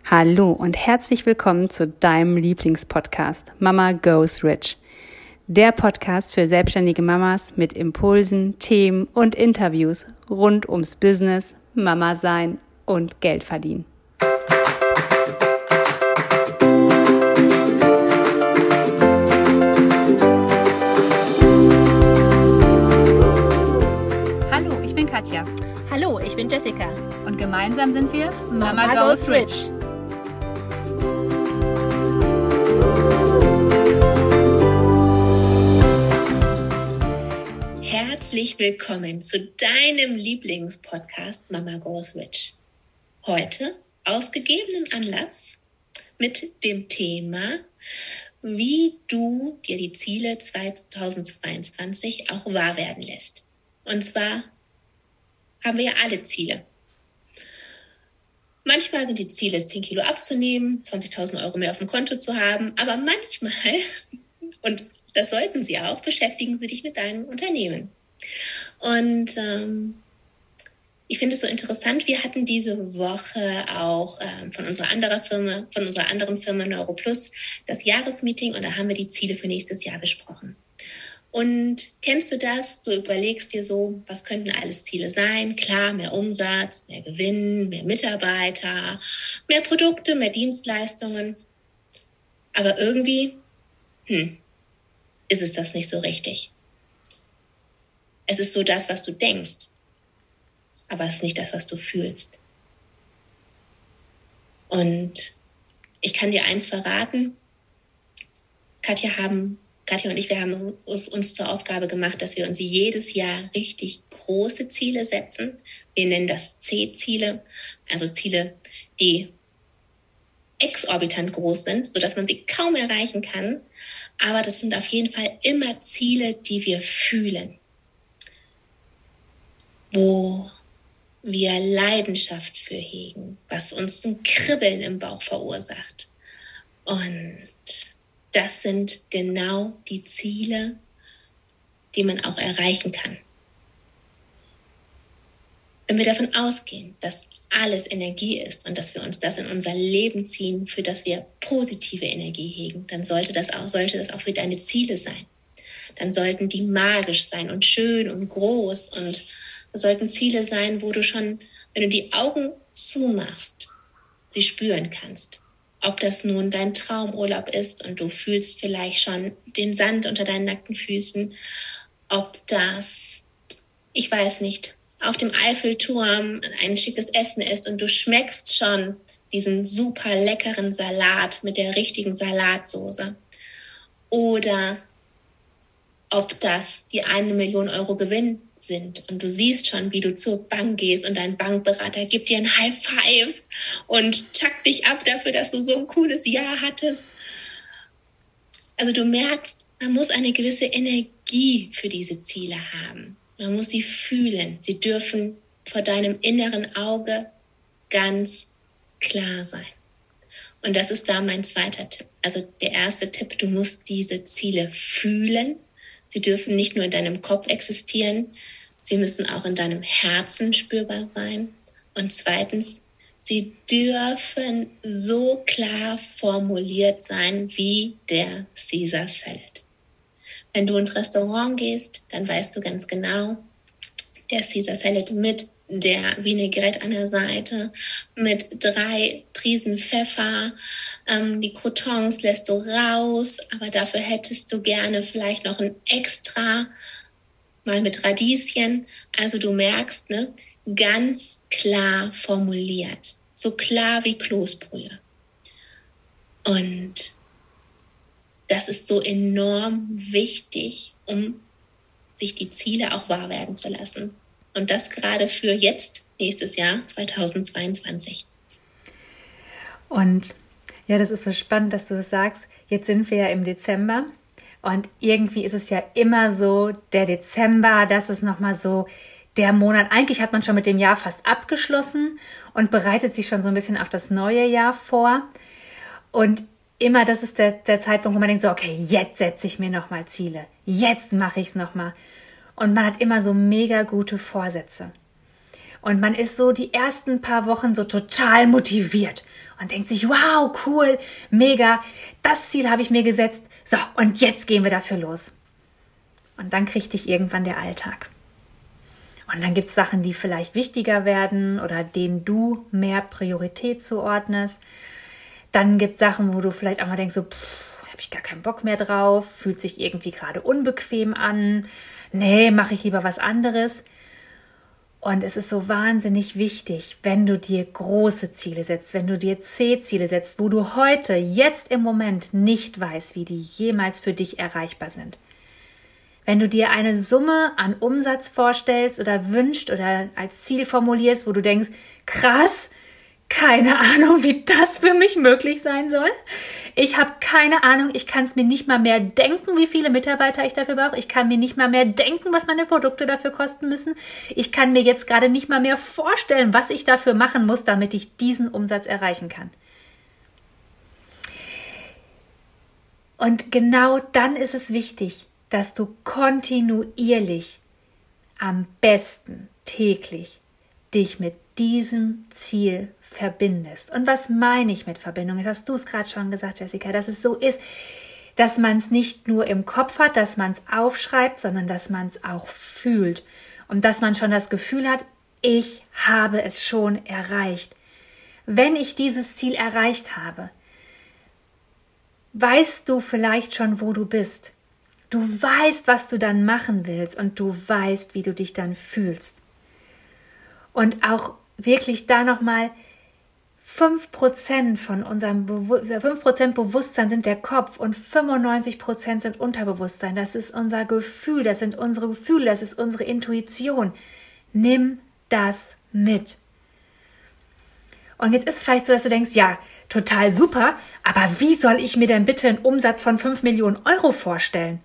Hallo und herzlich willkommen zu deinem Lieblingspodcast Mama Goes Rich. Der Podcast für selbstständige Mamas mit Impulsen, Themen und Interviews rund ums Business, Mama sein und Geld verdienen. Hallo, ich bin Katja. Hallo, ich bin Jessica. Und gemeinsam sind wir Mama Goes Rich. Herzlich willkommen zu deinem Lieblingspodcast Mama Goes Rich. Heute aus gegebenem Anlass mit dem Thema, wie du dir die Ziele 2022 auch wahr werden lässt. Und zwar haben wir ja alle Ziele. Manchmal sind die Ziele 10 Kilo abzunehmen, 20.000 Euro mehr auf dem Konto zu haben, aber manchmal, und das sollten sie auch, beschäftigen sie dich mit deinem Unternehmen. Und ich finde es so interessant, wir hatten diese Woche auch von unserer anderen Firma NeuroPlus das Jahresmeeting und da haben wir die Ziele für nächstes Jahr besprochen. Und kennst du das? Du überlegst dir so, was könnten alles Ziele sein? Klar, mehr Umsatz, mehr Gewinn, mehr Mitarbeiter, mehr Produkte, mehr Dienstleistungen. Aber irgendwie, ist es das nicht so richtig. Es ist so das, was du denkst, aber es ist nicht das, was du fühlst. Und ich kann dir eins verraten, Katja und ich, wir haben uns zur Aufgabe gemacht, dass wir uns jedes Jahr richtig große Ziele setzen. Wir nennen das C-Ziele, also Ziele, die exorbitant groß sind, sodass man sie kaum erreichen kann. Aber das sind auf jeden Fall immer Ziele, die wir fühlen, wo wir Leidenschaft für hegen, was uns ein Kribbeln im Bauch verursacht. Und das sind genau die Ziele, die man auch erreichen kann. Wenn wir davon ausgehen, dass alles Energie ist und dass wir uns das in unser Leben ziehen, für das wir positive Energie hegen, dann sollte das auch für deine Ziele sein. Dann sollten die magisch sein und schön und groß und das sollten Ziele sein, wo du schon, wenn du die Augen zumachst, sie spüren kannst. Ob das nun dein Traumurlaub ist und du fühlst vielleicht schon den Sand unter deinen nackten Füßen, ob das, ich weiß nicht, auf dem Eiffelturm ein schickes Essen ist und du schmeckst schon diesen super leckeren Salat mit der richtigen Salatsoße. Oder ob das die 1 Million Euro Gewinn sind und du siehst schon, wie du zur Bank gehst und dein Bankberater gibt dir ein High Five und chackt dich ab dafür, dass du so ein cooles Jahr hattest. Also du merkst, man muss eine gewisse Energie für diese Ziele haben. Man muss sie fühlen. Sie dürfen vor deinem inneren Auge ganz klar sein. Und das ist da mein zweiter Tipp. Also der erste Tipp, du musst diese Ziele fühlen. Sie dürfen nicht nur in deinem Kopf existieren, sie müssen auch in deinem Herzen spürbar sein. Und zweitens, sie dürfen so klar formuliert sein wie der Caesar Salad. Wenn du ins Restaurant gehst, dann weißt du ganz genau, der Caesar Salad mit der Vinaigrette an der Seite, mit 3 Prisen Pfeffer, die Croutons lässt du raus, aber dafür hättest du gerne vielleicht noch ein Extra, mal mit Radieschen. Also du merkst, ne, ganz klar formuliert, so klar wie Kloßbrühe. Und das ist so enorm wichtig, um sich die Ziele auch wahr werden zu lassen. Und das gerade für jetzt, nächstes Jahr, 2022. Und ja, das ist so spannend, dass du das sagst. Jetzt sind wir ja im Dezember und irgendwie ist es ja immer so, der Dezember, das ist nochmal so der Monat. Eigentlich hat man schon mit dem Jahr fast abgeschlossen und bereitet sich schon so ein bisschen auf das neue Jahr vor. Und immer, das ist der Zeitpunkt, wo man denkt so, okay, jetzt setze ich mir nochmal Ziele. Jetzt mache ich es nochmal. Und man hat immer so mega gute Vorsätze. Und man ist so die ersten paar Wochen so total motiviert. und denkt sich, wow, cool, mega, das Ziel habe ich mir gesetzt. So, und jetzt gehen wir dafür los. Und dann kriegt dich irgendwann der Alltag. Und dann gibt es Sachen, die vielleicht wichtiger werden oder denen du mehr Priorität zuordnest. Dann gibt es Sachen, wo du vielleicht auch mal denkst, so, habe ich gar keinen Bock mehr drauf, fühlt sich irgendwie gerade unbequem an. Nee, mache ich lieber was anderes. Und es ist so wahnsinnig wichtig, wenn du dir große Ziele setzt, wenn du dir C-Ziele setzt, wo du heute, jetzt im Moment nicht weißt, wie die jemals für dich erreichbar sind. Wenn du dir eine Summe an Umsatz vorstellst oder wünschst oder als Ziel formulierst, wo du denkst, krass, keine Ahnung, wie das für mich möglich sein soll. Ich habe keine Ahnung, ich kann es mir nicht mal mehr denken, wie viele Mitarbeiter ich dafür brauche. Ich kann mir nicht mal mehr denken, was meine Produkte dafür kosten müssen. Ich kann mir jetzt gerade nicht mal mehr vorstellen, was ich dafür machen muss, damit ich diesen Umsatz erreichen kann. Und genau dann ist es wichtig, dass du kontinuierlich, am besten täglich, dich mit diesem Ziel verbindest. Und was meine ich mit Verbindung? Jetzt hast du es gerade schon gesagt, Jessica, dass es so ist, dass man es nicht nur im Kopf hat, dass man es aufschreibt, sondern dass man es auch fühlt. Und dass man schon das Gefühl hat, ich habe es schon erreicht. Wenn ich dieses Ziel erreicht habe, weißt du vielleicht schon, wo du bist. Du weißt, was du dann machen willst und du weißt, wie du dich dann fühlst. Und auch wirklich da nochmal 5% von unserem 5% Bewusstsein sind der Kopf und 95% sind Unterbewusstsein. Das ist unser Gefühl, das sind unsere Gefühle, das ist unsere Intuition. Nimm das mit. Und jetzt ist es vielleicht so, dass du denkst, ja, total super, aber wie soll ich mir denn bitte einen Umsatz von 5 Millionen Euro vorstellen?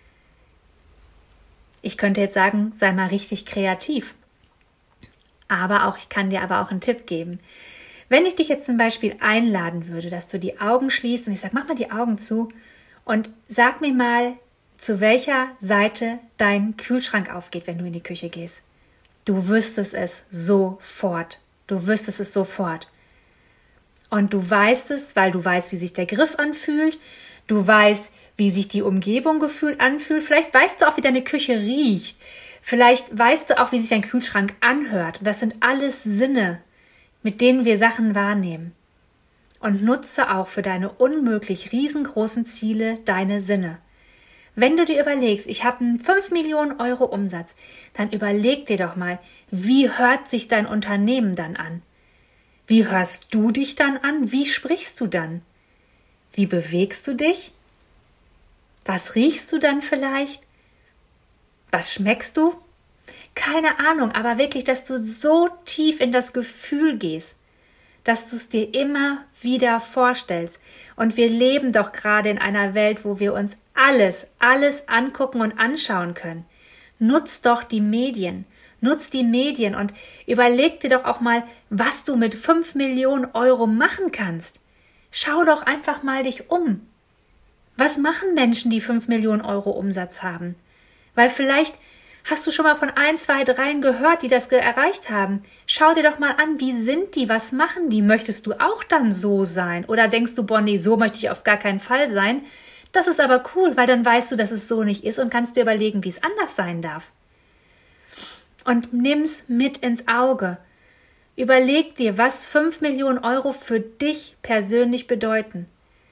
Ich könnte jetzt sagen, sei mal richtig kreativ. Aber auch, ich kann dir aber auch einen Tipp geben. Wenn ich dich jetzt zum Beispiel einladen würde, dass du die Augen schließt und ich sage, mach mal die Augen zu und sag mir mal, zu welcher Seite dein Kühlschrank aufgeht, wenn du in die Küche gehst. Du wüsstest es sofort. Du wüsstest es sofort. Und du weißt es, weil du weißt, wie sich der Griff anfühlt. Du weißt, wie sich die Umgebung gefühlt anfühlt. Vielleicht weißt du auch, wie deine Küche riecht. Vielleicht weißt du auch, wie sich dein Kühlschrank anhört. Und das sind alles Sinne, mit denen wir Sachen wahrnehmen. Und nutze auch für deine unmöglich riesengroßen Ziele deine Sinne. Wenn du dir überlegst, ich habe einen 5 Millionen Euro Umsatz, dann überleg dir doch mal, wie hört sich dein Unternehmen dann an? Wie hörst du dich dann an? Wie sprichst du dann? Wie bewegst du dich? Was riechst du dann vielleicht? Was schmeckst du? Keine Ahnung, aber wirklich, dass du so tief in das Gefühl gehst, dass du es dir immer wieder vorstellst. Und wir leben doch gerade in einer Welt, wo wir uns alles angucken und anschauen können. Nutz doch die Medien. Nutz die Medien und überleg dir doch auch mal, was du mit 5 Millionen Euro machen kannst. Schau doch einfach mal dich um. Was machen Menschen, die 5 Millionen Euro Umsatz haben? Weil vielleicht hast du schon mal von 1, 2, 3 gehört, die das erreicht haben. Schau dir doch mal an, wie sind die, was machen die? Möchtest du auch dann so sein? Oder denkst du, boah, nee, so möchte ich auf gar keinen Fall sein? Das ist aber cool, weil dann weißt du, dass es so nicht ist und kannst dir überlegen, wie es anders sein darf. Und nimm's mit ins Auge. Überleg dir, was 5 Millionen Euro für dich persönlich bedeuten.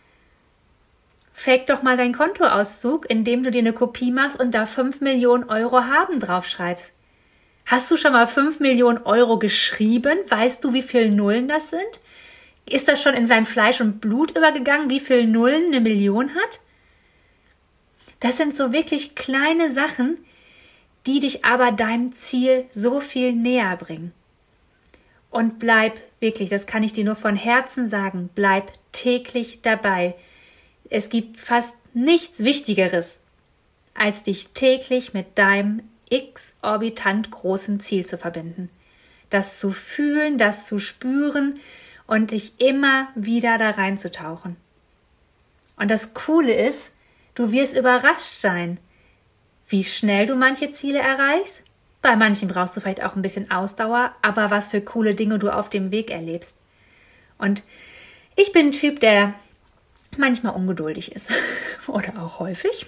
Fake doch mal deinen Kontoauszug, indem du dir eine Kopie machst und da 5 Millionen Euro haben draufschreibst. Hast du schon mal 5 Millionen Euro geschrieben? Weißt du, wie viele Nullen das sind? Ist das schon in sein Fleisch und Blut übergegangen, wie viele Nullen eine Million hat? Das sind so wirklich kleine Sachen, die dich aber deinem Ziel so viel näher bringen. Und bleib wirklich, das kann ich dir nur von Herzen sagen, bleib täglich dabei. Es gibt fast nichts Wichtigeres, als dich täglich mit deinem exorbitant großen Ziel zu verbinden. Das zu fühlen, das zu spüren und dich immer wieder da reinzutauchen. Und das Coole ist, du wirst überrascht sein, wie schnell du manche Ziele erreichst. Bei manchen brauchst du vielleicht auch ein bisschen Ausdauer, aber was für coole Dinge du auf dem Weg erlebst. Und Ich bin ein Typ, der manchmal ungeduldig ist oder auch häufig.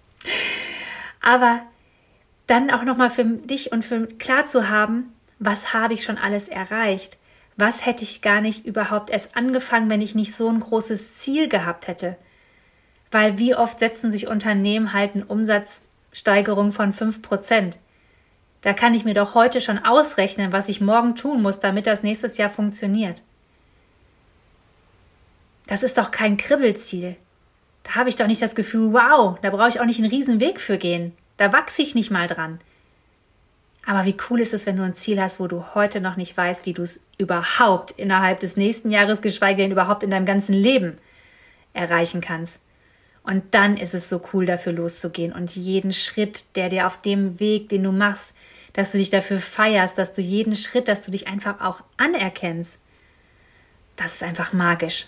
Aber dann auch nochmal für dich und für klar zu haben, was habe ich schon alles erreicht? Was hätte ich gar nicht überhaupt erst angefangen, wenn ich nicht so ein großes Ziel gehabt hätte? Weil wie oft setzen sich Unternehmen halt eine Umsatzsteigerung von 5%? Da kann ich mir doch heute schon ausrechnen, was ich morgen tun muss, damit das nächstes Jahr funktioniert. Das ist doch kein Kribbelziel. Da habe ich doch nicht das Gefühl, wow, da brauche ich auch nicht einen riesen Weg für gehen. Da wachse ich nicht mal dran. Aber wie cool ist es, wenn du ein Ziel hast, wo du heute noch nicht weißt, wie du es überhaupt innerhalb des nächsten Jahres, geschweige denn überhaupt in deinem ganzen Leben erreichen kannst. Und dann ist es so cool, dafür loszugehen und jeden Schritt, der dir auf dem Weg, den du machst, dass du dich dafür feierst, dass du jeden Schritt, dass du dich einfach auch anerkennst. Das ist einfach magisch.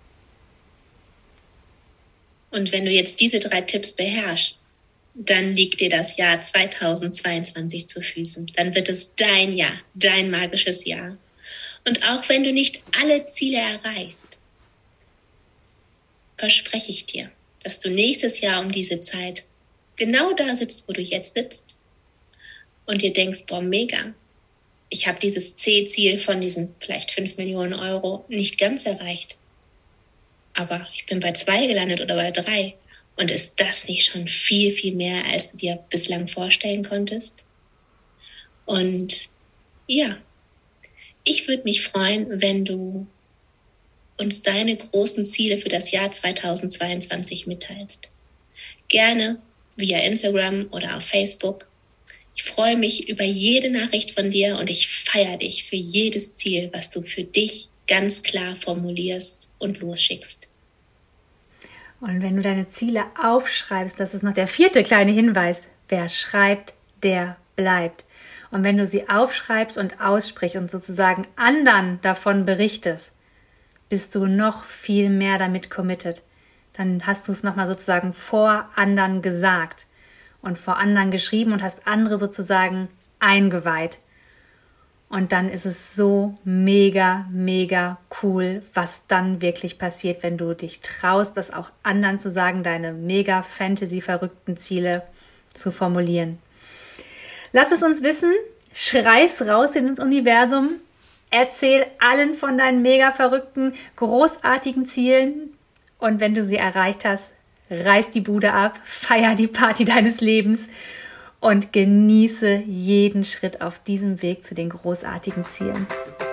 Und wenn du jetzt diese 3 Tipps beherrschst, dann liegt dir das Jahr 2022 zu Füßen. Dann wird es dein Jahr, dein magisches Jahr. Und auch wenn du nicht alle Ziele erreichst, verspreche ich dir, dass du nächstes Jahr um diese Zeit genau da sitzt, wo du jetzt sitzt und dir denkst, boah, mega, ich habe dieses C-Ziel von diesen vielleicht 5 Millionen Euro nicht ganz erreicht. Aber ich bin bei 2 gelandet oder bei 3. Und ist das nicht schon viel, viel mehr, als du dir bislang vorstellen konntest? Und ja, ich würde mich freuen, wenn du uns deine großen Ziele für das Jahr 2022 mitteilst. Gerne via Instagram oder auf Facebook. Ich freue mich über jede Nachricht von dir und ich feiere dich für jedes Ziel, was du für dich ganz klar formulierst und losschickst. Und wenn du deine Ziele aufschreibst, das ist noch der 4. kleine Hinweis, wer schreibt, der bleibt. Und wenn du sie aufschreibst und aussprichst und sozusagen anderen davon berichtest, bist du noch viel mehr damit committed. Dann hast du es nochmal sozusagen vor anderen gesagt und vor anderen geschrieben und hast andere sozusagen eingeweiht. Und dann ist es so mega, mega cool, was dann wirklich passiert, wenn du dich traust, das auch anderen zu sagen, deine mega Fantasy-verrückten Ziele zu formulieren. Lass es uns wissen, schrei's raus ins Universum, erzähl allen von deinen mega verrückten, großartigen Zielen und wenn du sie erreicht hast, reiß die Bude ab, feier die Party deines Lebens und genieße jeden Schritt auf diesem Weg zu den großartigen Zielen.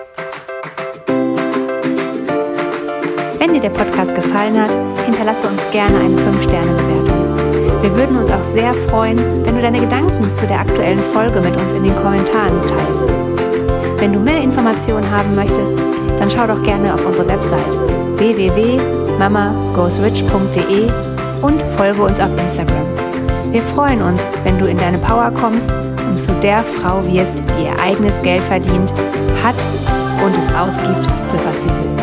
Wenn dir der Podcast gefallen hat, hinterlasse uns gerne eine 5-Sterne-Bewertung. Wir würden uns auch sehr freuen, wenn du deine Gedanken zu der aktuellen Folge mit uns in den Kommentaren teilst. Wenn du mehr Informationen haben möchtest, dann schau doch gerne auf unsere Website www.mamagoesrich.de und folge uns auf Instagram. Wir freuen uns, wenn du in deine Power kommst und zu der Frau wirst, die ihr eigenes Geld verdient, hat und es ausgibt, für was sie will.